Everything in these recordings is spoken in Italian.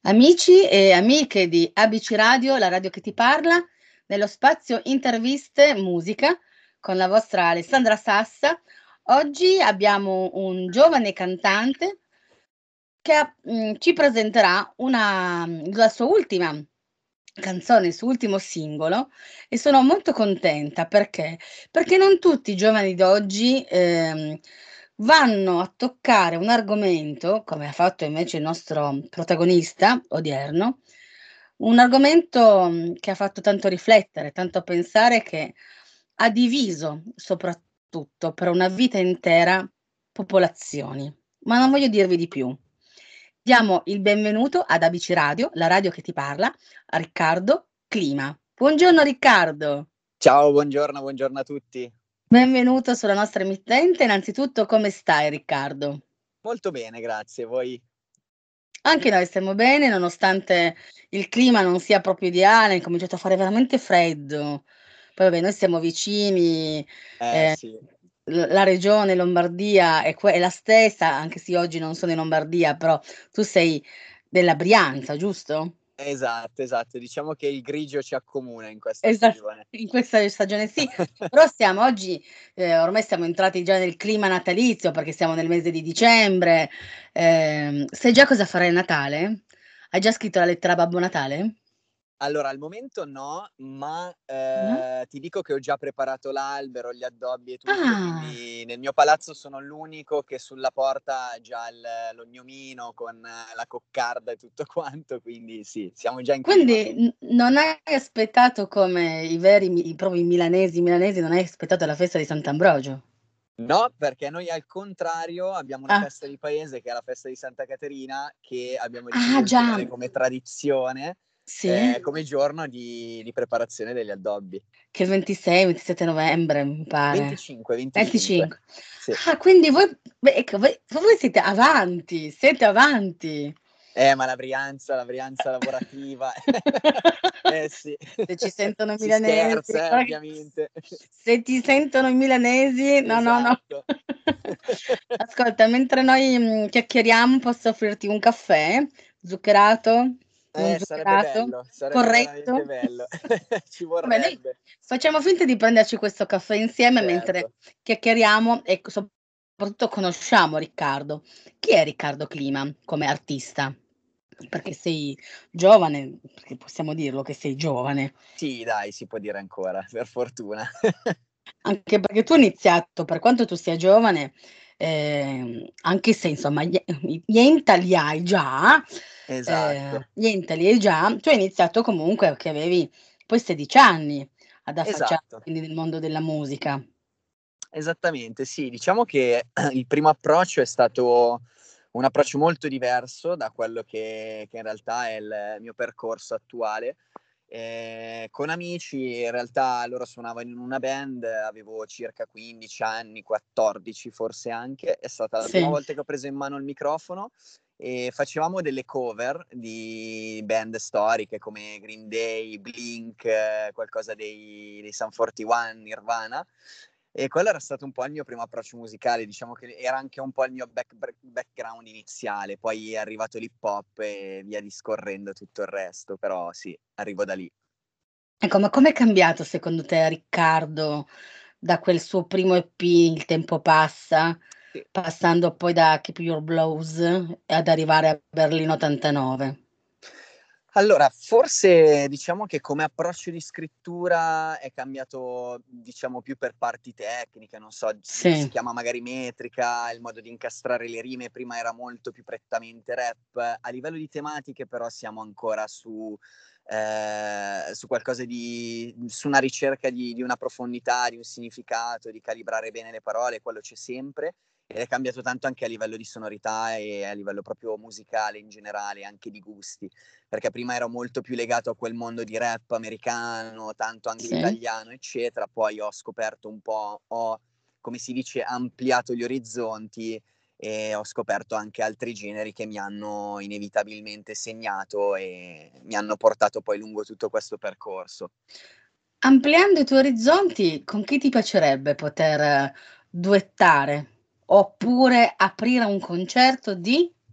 Amici e amiche di ABC Radio, la radio che ti parla, nello spazio interviste musica con la vostra Alessandra Sassa. Oggi abbiamo un giovane cantante che ci presenterà la sua ultima canzone, il suo ultimo singolo e sono molto contenta perché non tutti i giovani d'oggi, vanno a toccare un argomento, come ha fatto invece il nostro protagonista odierno, un argomento, che ha fatto tanto riflettere, tanto pensare, che ha diviso soprattutto per una vita intera popolazioni. Ma non voglio dirvi di più. Diamo il benvenuto ad ABC Radio, la radio che ti parla, a Riccardo Clima. Buongiorno Riccardo, Ciao, buongiorno a tutti. benvenuto sulla nostra emittente. Innanzitutto come stai Riccardo? Molto bene, grazie. Voi? Anche noi stiamo bene, nonostante il clima non sia proprio ideale, è cominciato a fare veramente freddo. Poi vabbè, noi siamo vicini, ehm, Sì, la regione Lombardia è la stessa, anche se io oggi non sono in Lombardia, però tu sei della Brianza, giusto? esatto. Diciamo che il grigio ci accomuna in questa Esa stagione. In questa stagione sì, però siamo oggi ormai siamo entrati già nel clima natalizio, perché siamo nel mese di dicembre. Sai già cosa farai a Natale? Hai già scritto la lettera a Babbo Natale? Allora, al momento no, ma, No? ti dico che ho già preparato l'albero, gli addobbi e tutto, Ah, quindi nel mio palazzo sono l'unico che sulla porta ha già l'ognomino con la coccarda e tutto quanto, quindi sì, siamo già in clima. quindi non hai aspettato come i propri milanesi, non hai aspettato la festa di Sant'Ambrogio? No, perché noi al contrario abbiamo una Ah, festa di paese che è la festa di Santa Caterina, che abbiamo ah deciso di già, tenere come tradizione, sì? come giorno di preparazione degli addobbi. Che il 26, 27 novembre mi pare. 25. 25. Sì. Ah, quindi voi beh, ecco, voi siete avanti. Ma la Brianza lavorativa. Sì. Se ci sentono i Si milanesi, scherza, guarda che ovviamente. se ti sentono i milanesi no, no, no. Esatto. Ascolta, mentre noi, chiacchieriamo, posso offrirti un caffè zuccherato? Non zuccherato? sarebbe veramente Corretto? bello. Ci Vabbè, noi vorrebbe. facciamo finta di prenderci questo caffè insieme mentre Certo. chiacchieriamo e soprattutto conosciamo Riccardo. Chi è Riccardo Clima come artista? Perché sei giovane, perché possiamo dirlo che sei giovane, Sì, dai, si può dire ancora, per fortuna. anche perché tu hai iniziato, per quanto tu sia giovane, anche se insomma gli enta li hai già, Esatto, tu hai iniziato comunque che avevi poi 16 anni ad affacciarti esatto, quindi nel mondo della musica. esattamente, sì. Diciamo che il primo approccio è stato un approccio molto diverso da quello che in realtà è il mio percorso attuale. Con amici, in realtà loro suonavano in una band, avevo circa 15 anni, 14 forse anche. È stata la prima Sì. volta che ho preso in mano il microfono e facevamo delle cover di band storiche come Green Day, Blink, qualcosa dei Sum 41, Nirvana. E quello era stato un po' il mio primo approccio musicale, diciamo che era anche un po' il mio background iniziale, poi è arrivato l'hip hop e via discorrendo tutto il resto, però sì, arrivo da lì. Ecco, ma com'è cambiato secondo te Riccardo da quel suo primo EP, Il tempo passa, Sì. passando poi da Keep Your Blows ad arrivare a Berlino '89? Allora, forse diciamo che come approccio di scrittura è cambiato, diciamo, più per parti tecniche, non so, si Sì, chiama magari metrica, il modo di incastrare le rime, prima era molto più prettamente rap. A livello di tematiche però siamo ancora su qualcosa su una ricerca di una profondità, di un significato, di calibrare bene le parole, quello c'è sempre. Ed è cambiato tanto anche a livello di sonorità e a livello proprio musicale in generale, anche di gusti, perché prima ero molto più legato a quel mondo di rap americano, tanto sì. anglo-italiano, eccetera. Poi ho scoperto un po', come si dice, ampliato gli orizzonti e ho scoperto anche altri generi che mi hanno inevitabilmente segnato e mi hanno portato poi lungo tutto questo percorso. Ampliando i tuoi orizzonti, con chi ti piacerebbe poter duettare, oppure aprire un concerto di?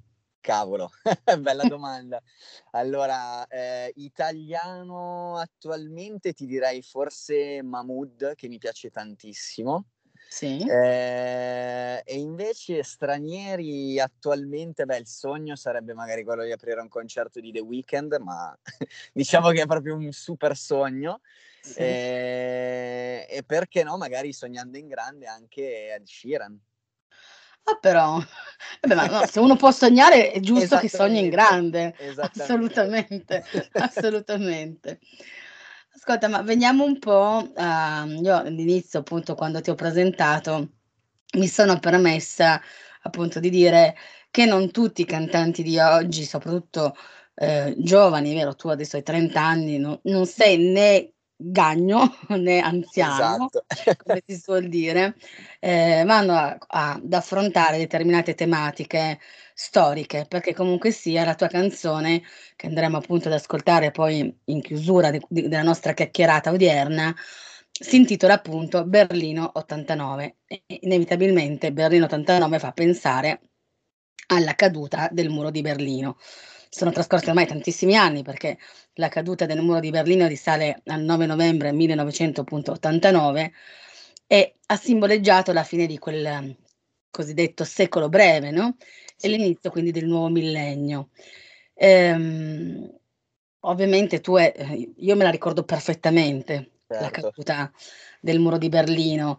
Cavolo, bella domanda. Allora, italiano attualmente ti direi forse Mahmood, che mi piace tantissimo. Sì. E invece stranieri attualmente, il sogno sarebbe magari quello di aprire un concerto di The Weeknd, ma diciamo che è proprio un super sogno. Sì. E perché no, magari sognando in grande anche Ed Sheeran. Ah però, ma no, se uno può sognare è giusto che sogni in Esattamente, grande, esattamente. assolutamente, assolutamente. Ascolta, ma veniamo un po' a io all'inizio, appunto, quando ti ho presentato, mi sono permessa, appunto, di dire che non tutti i cantanti di oggi, soprattutto, giovani, vero, tu adesso hai 30 anni, non sei né gagno né anziano, Esatto. come si suol dire, vanno ad affrontare determinate tematiche storiche, perché comunque sia la tua canzone, che andremo appunto ad ascoltare poi in chiusura della nostra chiacchierata odierna, si intitola appunto Berlino '89 e inevitabilmente Berlino '89 fa pensare alla caduta del muro di Berlino. Sono trascorsi ormai tantissimi anni perché la caduta del muro di Berlino risale al 9 novembre 1989 e ha simboleggiato la fine di quel cosiddetto secolo breve, no, e Sì, l'inizio quindi del nuovo millennio. Ehm, ovviamente io me la ricordo perfettamente, la certo. caduta del muro di Berlino.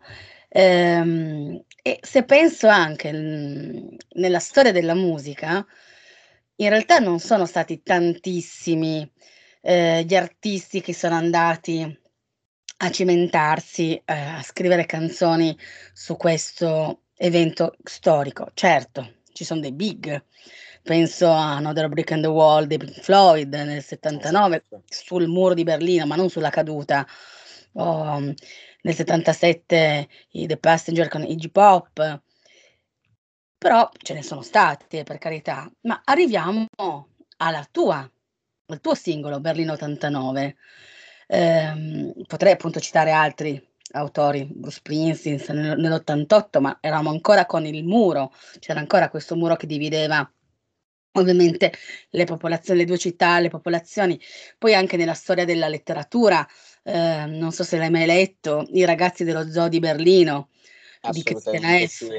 E se penso anche, nella storia della musica, in realtà non sono stati tantissimi, gli artisti che sono andati a cimentarsi, a scrivere canzoni su questo evento storico. Certo, ci son dei big, penso a Another Brick in the Wall dei Pink Floyd nel '79, Esatto. sul muro di Berlino, ma non sulla caduta, o, nel '77 i The Passenger con Iggy Pop, però ce ne sono stati per carità. Ma arriviamo alla tua al tuo singolo Berlino '89. Potrei appunto citare altri autori, Bruce Springsteen nell'88, ma eravamo ancora con il muro, c'era ancora questo muro che divideva ovviamente le 2 città, le popolazioni. Poi anche nella storia della letteratura, non so se l'hai mai letto, I ragazzi dello zoo di Berlino di Christiana Assolutamente F. sì.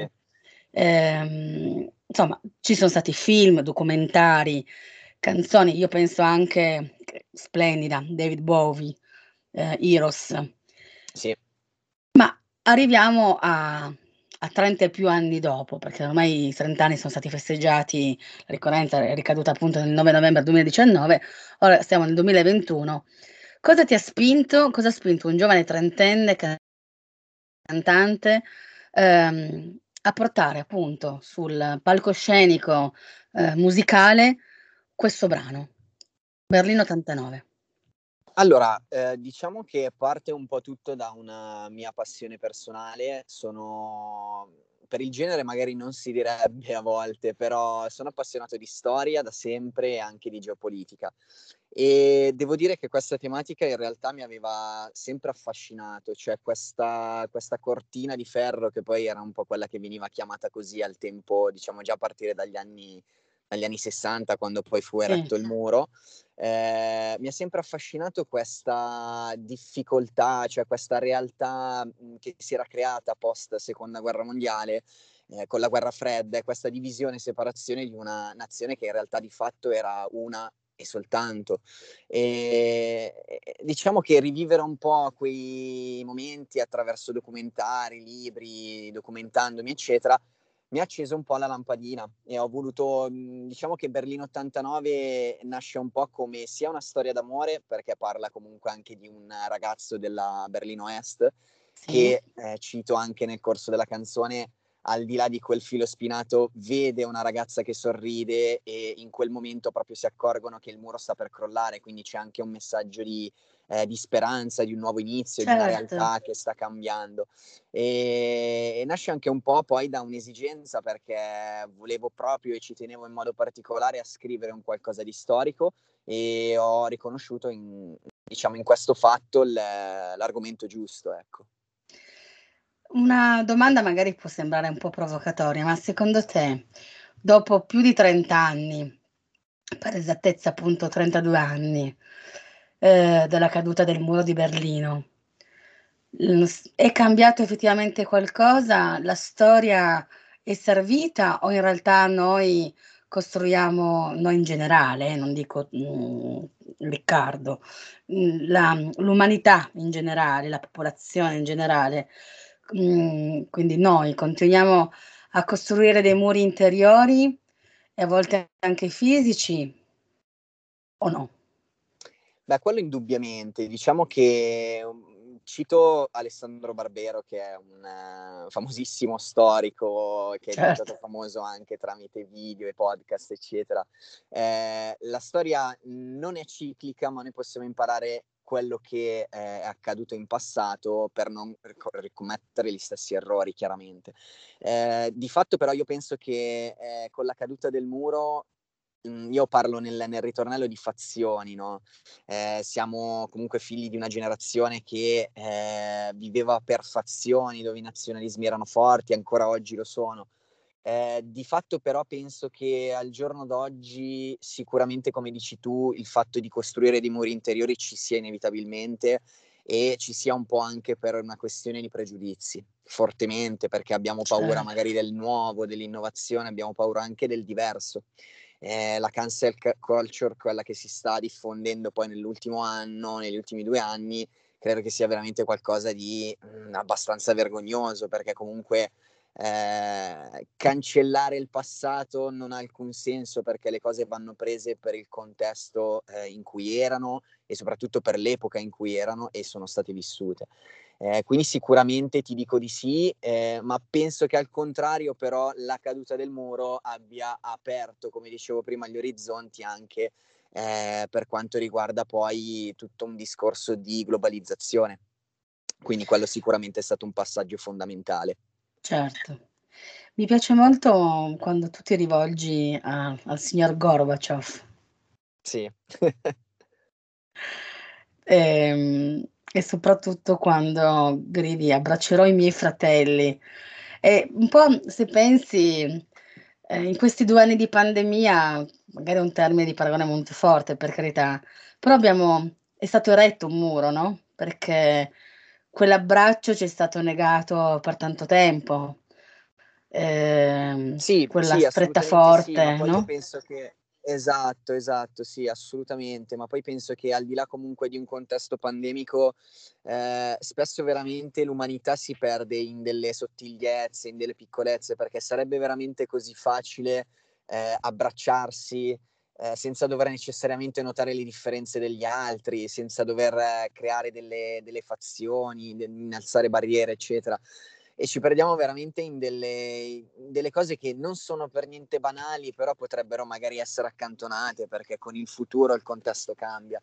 Insomma, ci son stati film, documentari, canzoni, io penso anche che splendida, David Bowie, Heroes. Sì. Ma arriviamo a 30 e più anni dopo, perché ormai i 30 anni son stati festeggiati, la ricorrenza è ricaduta appunto nel 9 novembre 2019, ora siamo nel 2021. Cosa ha spinto un giovane trentenne cantante, a portare appunto sul palcoscenico, musicale questo brano, Berlino '89. Allora, diciamo che parte un po' tutto da una mia passione personale. Per il genere magari non si direbbe a volte, però sono appassionato di storia da sempre e anche di geopolitica. E devo dire che questa tematica in realtà mi aveva sempre affascinato, cioè questa cortina di ferro che poi era un po' quella che veniva chiamata così al tempo, diciamo già a partire dagli anni '60, quando poi fu Sì, eretto il muro. Mi ha sempre affascinato questa difficoltà, cioè questa realtà, che si era creata post seconda guerra mondiale, con la guerra fredda, e questa divisione e separazione di una nazione che in realtà di fatto era una e soltanto. Diciamo che rivivere un po' quei momenti attraverso documentari, libri, documentandomi, eccetera, mi ha acceso un po' la lampadina e ho voluto, diciamo che Berlino '89 nasce un po' come sia una storia d'amore, perché parla comunque anche di un ragazzo della Berlino Est sì, che, cito anche nel corso della canzone, al di là di quel filo spinato, vede una ragazza che sorride e in quel momento proprio si accorgono che il muro sta per crollare, quindi c'è anche un messaggio di speranza, di un nuovo inizio, di una certo. realtà che sta cambiando. E nasce anche un po' poi da un'esigenza, perché volevo proprio e ci tenevo in modo particolare a scrivere un qualcosa di storico e ho riconosciuto diciamo in questo fatto l'argomento giusto, ecco. Una domanda magari può sembrare un po' provocatoria, ma secondo te dopo più di 30 anni, per esattezza appunto 32 anni, dalla caduta del muro di Berlino. È cambiato effettivamente qualcosa? La storia è servita o in realtà noi costruiamo noi in generale, non dico, Riccardo, l'umanità in generale, la popolazione in generale, quindi noi continuiamo a costruire dei muri interiori e a volte anche fisici o no? Beh, quello indubbiamente. Diciamo che, cito Alessandro Barbero che è un famosissimo storico che è Certo, diventato famoso anche tramite video e podcast, eccetera. La storia non è ciclica, ma noi possiamo imparare quello che è accaduto in passato per non ricommettere gli stessi errori, chiaramente. Di fatto però io penso che, con la caduta del muro, io parlo nel ritornello di fazioni, no, siamo comunque figli di una generazione che, viveva per fazioni, dove i nazionalismi erano forti, ancora oggi lo sono. Di fatto però penso che al giorno d'oggi, sicuramente come dici tu, il fatto di costruire dei muri interiori ci sia inevitabilmente e ci sia un po' anche per una questione di pregiudizi, fortemente, perché abbiamo paura certo. magari del nuovo, dell'innovazione, abbiamo paura anche del diverso. La cancel culture, quella che si sta diffondendo poi nell'ultimo anno, negli ultimi 2 anni, credo che sia veramente qualcosa di, abbastanza vergognoso, perché comunque, cancellare il passato non ha alcun senso, perché le cose vanno prese per il contesto, in cui erano e soprattutto per l'epoca in cui erano e sono state vissute. Quindi sicuramente ti dico di sì, ma penso che al contrario però la caduta del muro abbia aperto, come dicevo prima, gli orizzonti anche, per quanto riguarda poi tutto un discorso di globalizzazione. Quindi quello sicuramente è stato un passaggio fondamentale. Certo. Mi piace molto quando tu ti rivolgi al signor Gorbaciov, Sì. e soprattutto quando gridi: "Abbraccerò i miei fratelli". E un po' se pensi, in questi 2 anni di pandemia, magari è un termine di paragone molto forte, per carità, però è stato eretto un muro, no, perché quell'abbraccio ci è stato negato per tanto tempo. Sì, Quella sì, stretta assolutamente sì, ma forte, poi io no? penso che esatto, esatto, sì, assolutamente, ma poi penso che al di là comunque di un contesto pandemico, spesso veramente l'umanità si perde in delle sottigliezze, in delle piccolezze, perché sarebbe veramente così facile, abbracciarsi, senza dover necessariamente notare le differenze degli altri, senza dover creare delle fazioni, innalzare barriere, eccetera. E ci perdiamo veramente in delle cose che non sono per niente banali, però potrebbero magari essere accantonate, perché con il futuro il contesto cambia.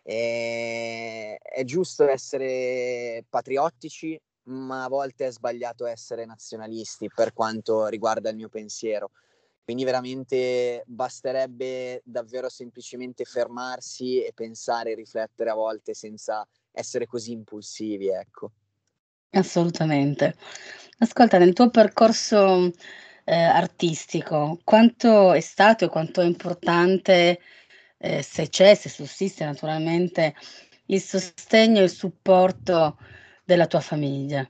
È giusto essere patriottici, ma a volte è sbagliato essere nazionalisti, per quanto riguarda il mio pensiero. Quindi veramente basterebbe davvero semplicemente fermarsi e pensare e riflettere a volte senza essere così impulsivi, ecco. Assolutamente. Ascolta, nel tuo percorso, artistico, quanto è stato e quanto è importante, se c'è, se sussiste naturalmente, il sostegno e il supporto della tua famiglia?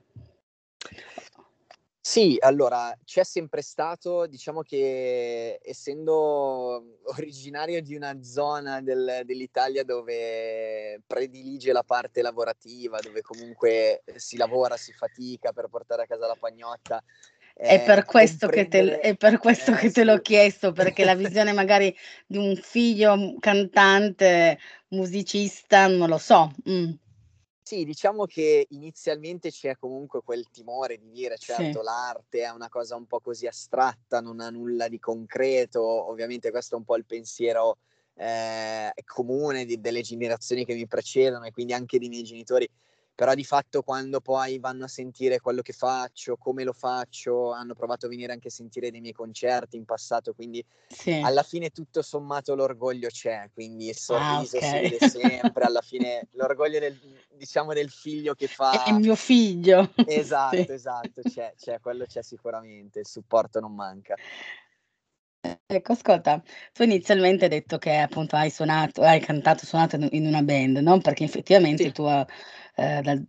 Sì, allora c'è sempre stato, diciamo che essendo originario di una zona dell'Italia dove predilige la parte lavorativa, dove comunque si lavora, si fatica per portare a casa la pagnotta, comprendere È per questo che te l'ho sì. chiesto, perché la visione magari di un figlio, cantante, musicista, non lo so. Sì, diciamo che inizialmente c'è comunque quel timore di dire: Sì, certo, l'arte è una cosa un po' così astratta, non ha nulla di concreto. Ovviamente questo è un po' il pensiero, comune delle generazioni che mi precedono e quindi anche dei miei genitori. Però di fatto quando poi vanno a sentire quello che faccio, come lo faccio, hanno provato a venire anche a sentire dei miei concerti in passato, quindi sì. alla fine tutto sommato l'orgoglio c'è, quindi il Ah, sorriso si okay. vede sempre, alla fine l'orgoglio diciamo del figlio che È fa mio figlio. Sì. esatto, esatto, quello c'è sicuramente, il supporto non manca. Ecco, ascolta, tu inizialmente hai detto che appunto hai cantato, suonato in una band, no, perché effettivamente Sì. tu, dal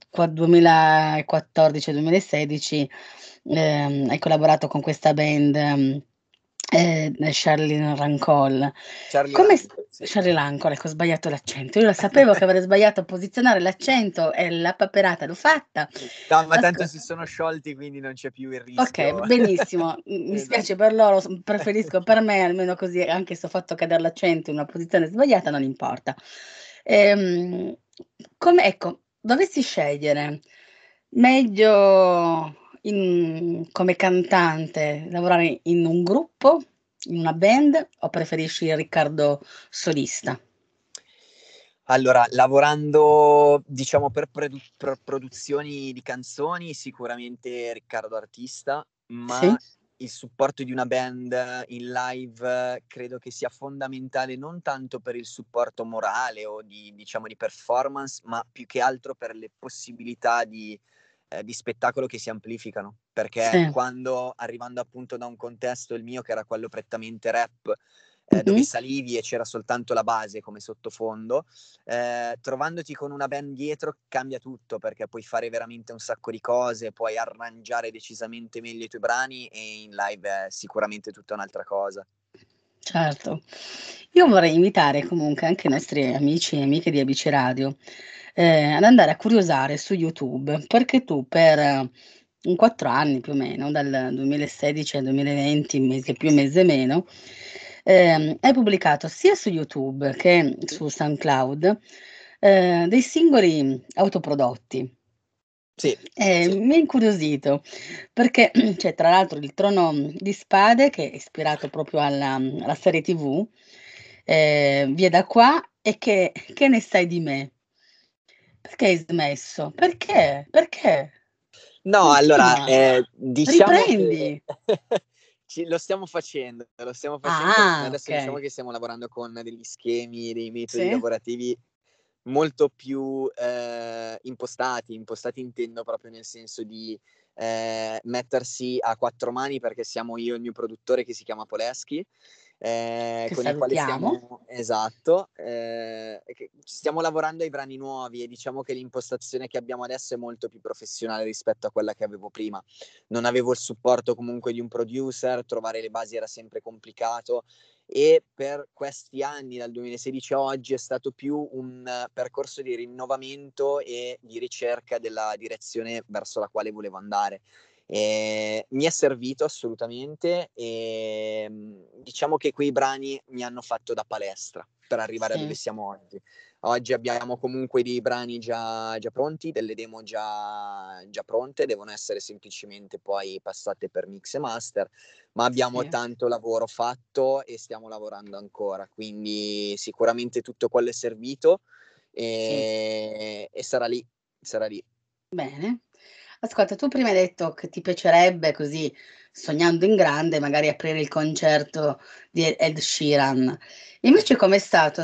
2014 al 2016, hai collaborato con questa band, Charlie Rancol. Charlie Come s Rancore, sì. Charlie Rancol, ecco, ho sbagliato l'accento. Io lo sapevo che avrei sbagliato a posizionare l'accento e la paperata l'ho fatta. No, ma tanto Asco si sono sciolti, quindi non c'è più il Okay, rischio. benissimo. Mi Esatto. spiace per loro, preferisco per me almeno così, anche se ho fatto cadere l'accento in una posizione sbagliata, non importa. Ehm, come ecco, dovessi scegliere, meglio come cantante lavorare in un gruppo, in una band o preferisci Riccardo solista? Allora, lavorando diciamo per produzioni di canzoni, sicuramente Riccardo artista, ma Sì? il supporto di una band in live credo che sia fondamentale non tanto per il supporto morale o di performance, ma più che altro per le possibilità di spettacolo che si amplificano. Perché Sì. quando arrivando appunto da un contesto, il mio, che era quello prettamente rap, dove Mh-mh. salivi e c'era soltanto la base come sottofondo, trovandoti con una band dietro cambia tutto, perché puoi fare veramente un sacco di cose, puoi arrangiare decisamente meglio i tuoi brani e in live è sicuramente tutta un'altra cosa. Certo. Io vorrei invitare comunque anche i nostri amici e amiche di ABC Radio, ad andare a curiosare su YouTube, perché tu per un 4 anni più o meno, dal 2016 al 2020, mese più mese meno, hai pubblicato sia su YouTube che Sì, su SoundCloud, dei singoli autoprodotti. sì, sì, Mi ha incuriosito perché c'è tra l'altro il Trono di Spade che è ispirato proprio alla serie TV, Via da qua e Che ne sai di me? Perché hai smesso? Perché? Perché? no, allora, Continua, diciamo che riprendi. lo stiamo facendo. Ah, Adesso diciamo okay. che stiamo lavorando con degli schemi, dei metodi Sì? lavorativi molto più, impostati intendo proprio nel senso di, mettersi a 4 mani, perché siamo io e il mio produttore che si chiama Poleschi, Che con il quale salutiamo. stiamo esatto, e che stiamo lavorando ai brani nuovi e diciamo che l'impostazione che abbiamo adesso è molto più professionale rispetto a quella che avevo prima. Non avevo il supporto comunque di un producer, trovare le basi era sempre complicato e per questi anni, dal 2016 a oggi, è stato più un percorso di rinnovamento e di ricerca della direzione verso la quale volevo andare. Mi è servito assolutamente, diciamo che quei brani mi hanno fatto da palestra per arrivare a dove Sì, siamo oggi. Oggi abbiamo comunque dei brani già pronti, delle demo già pronte, devono essere semplicemente poi passate per mix e master, ma abbiamo sì, tanto lavoro fatto e stiamo lavorando ancora, quindi sicuramente tutto quello è servito, sì. e sarà lì, sarà lì. Bene. Ascolta, tu prima hai detto che ti piacerebbe, così sognando in grande, magari aprire il concerto di Ed Sheeran. Invece com'è stato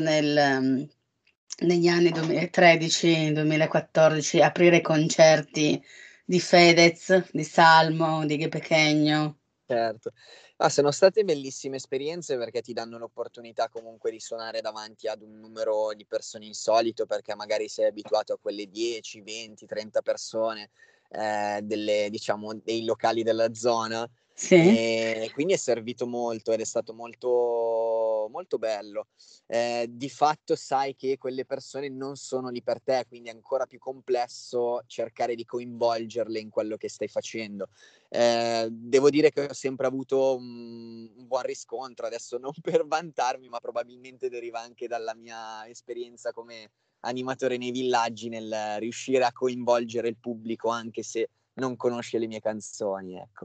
negli anni 2013, 2014 aprire concerti di Fedez, di Salmo, di Ghe Pequeno? Certo. Ah, sono state bellissime esperienze perché ti danno l'opportunità comunque di suonare davanti ad un numero di persone insolito, perché magari sei abituato a quelle 10, 20, 30 persone, delle diciamo dei locali della zona, Sì? e quindi è servito molto ed è stato molto bello. Di fatto sai che quelle persone non sono lì per te, quindi è ancora più complesso cercare di coinvolgerle in quello che stai facendo. Devo dire che ho sempre avuto un buon riscontro, adesso non per vantarmi, ma probabilmente deriva anche dalla mia esperienza come animatore nei villaggi, nel riuscire a coinvolgere il pubblico anche se non conosce le mie canzoni, ecco.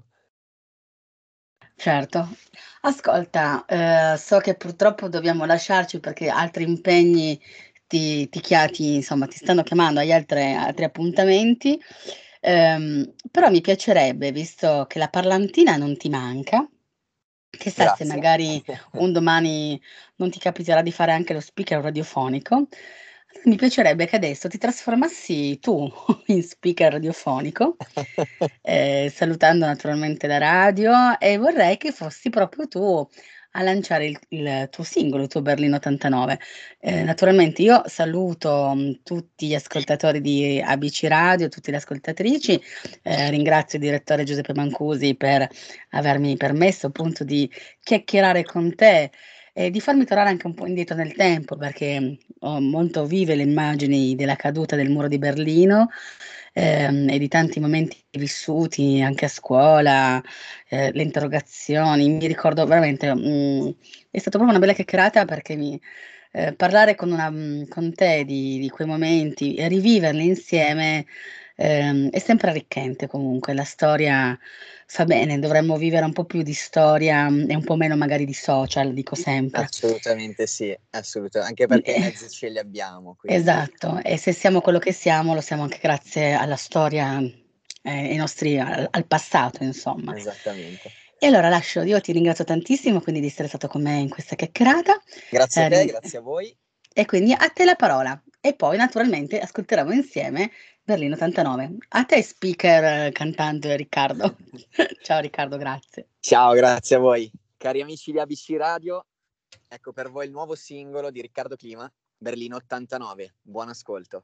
Certo. Ascolta, so che purtroppo dobbiamo lasciarci perché altri impegni ti insomma, ti stanno chiamando agli altri appuntamenti, però mi piacerebbe, visto che la parlantina non ti manca, chissà se Grazie. magari un domani non ti capiterà di fare anche lo speaker radiofonico. Mi piacerebbe che adesso ti trasformassi tu in speaker radiofonico, salutando naturalmente la radio e vorrei che fossi proprio tu a lanciare il tuo singolo, il tuo Berlino 89. Naturalmente io saluto, tutti gli ascoltatori di ABC Radio, tutte le ascoltatrici, ringrazio il direttore Giuseppe Mancusi per avermi permesso appunto di chiacchierare con te e di farmi tornare anche un po' indietro nel tempo, perché, ho molto vive le immagini della caduta del muro di Berlino, e di tanti momenti vissuti anche a scuola, le interrogazioni. Mi ricordo veramente, è stato proprio una bella chiacchierata perché parlare con te di quei momenti e riviverli insieme, è sempre arricchente comunque. La storia fa bene, dovremmo vivere un po' più di storia, e un po' meno magari di social, dico sempre. Assolutamente sì, anche perché i mezzi ce li abbiamo, quindi Esatto, e se siamo quello che siamo, lo siamo anche grazie alla storia, ai nostri al passato insomma. esattamente. E allora io ti ringrazio tantissimo quindi di essere stato con me in questa chiacchierata, Grazie a te, ring grazie a voi. e quindi a te la parola. E poi naturalmente ascolteremo insieme Berlino 89. A te speaker, cantante Riccardo. Ciao Riccardo, grazie. Ciao, grazie a voi. Cari amici di ABC Radio, ecco per voi il nuovo singolo di Riccardo Clima, Berlino 89. Buon ascolto.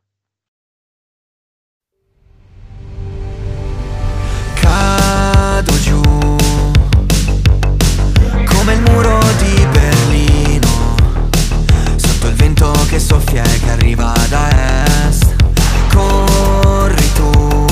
Cado giù come il muro di Berlino, sotto il vento che soffia e che arriva da est. Corri tu,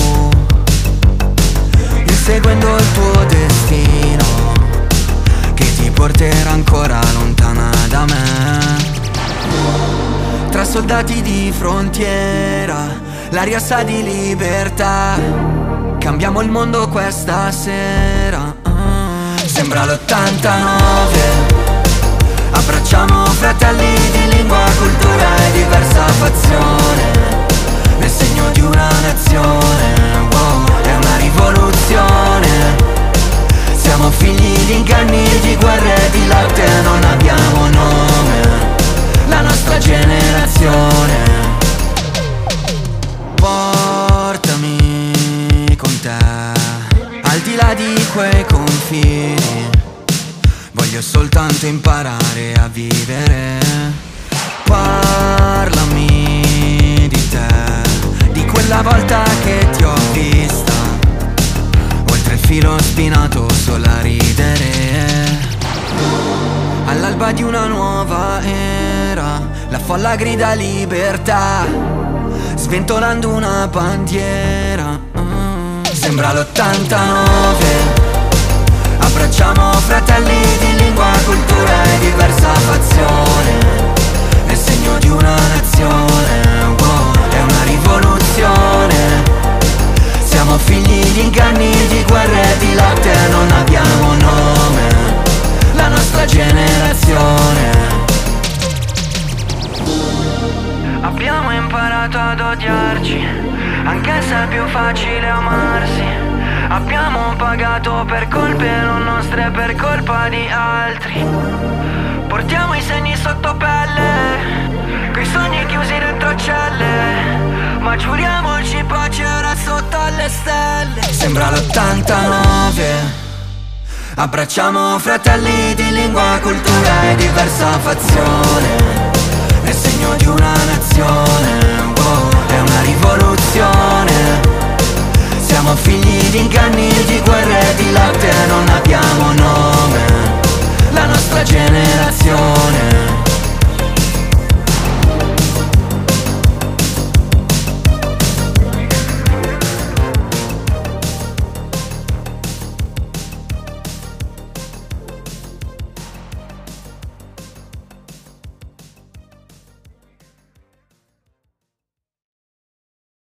inseguendo il tuo destino, che ti porterà ancora lontana da me. Tra soldati di frontiera, l'aria sa di libertà. Cambiamo il mondo questa sera. Sembra l'89. Abbracciamo fratelli di lingua, cultura e diversa fazione, nel segno di una nazione. Wow, è una rivoluzione. Siamo figli di inganni, di guerre, di lotte, non abbiamo nome, la nostra generazione. Portami con te, al di là di quei confini, voglio soltanto imparare a vivere. Parlami di te, di quella volta che ti ho vista, oltre il filo spinato sola a ridere. All'alba di una nuova era, la folla grida libertà, sventolando una bandiera. Sembra l'89. Abbracciamo fratelli di lingua, cultura e diversa fazione, nel segno di una nazione. Wow, è una rivoluzione. Siamo figli di inganni, di guerre, di lotte, non abbiamo nome, la nostra generazione. Abbiamo imparato ad odiarci, anche se è più facile amarsi. Abbiamo pagato per colpe non nostre, per colpa di altri. Portiamo i segni sotto pelle, coi sogni chiusi dentro celle, ma giuriamoci pace ora sotto alle stelle. Sembra l'89. Abbracciamo fratelli di lingua, cultura e diversa fazione,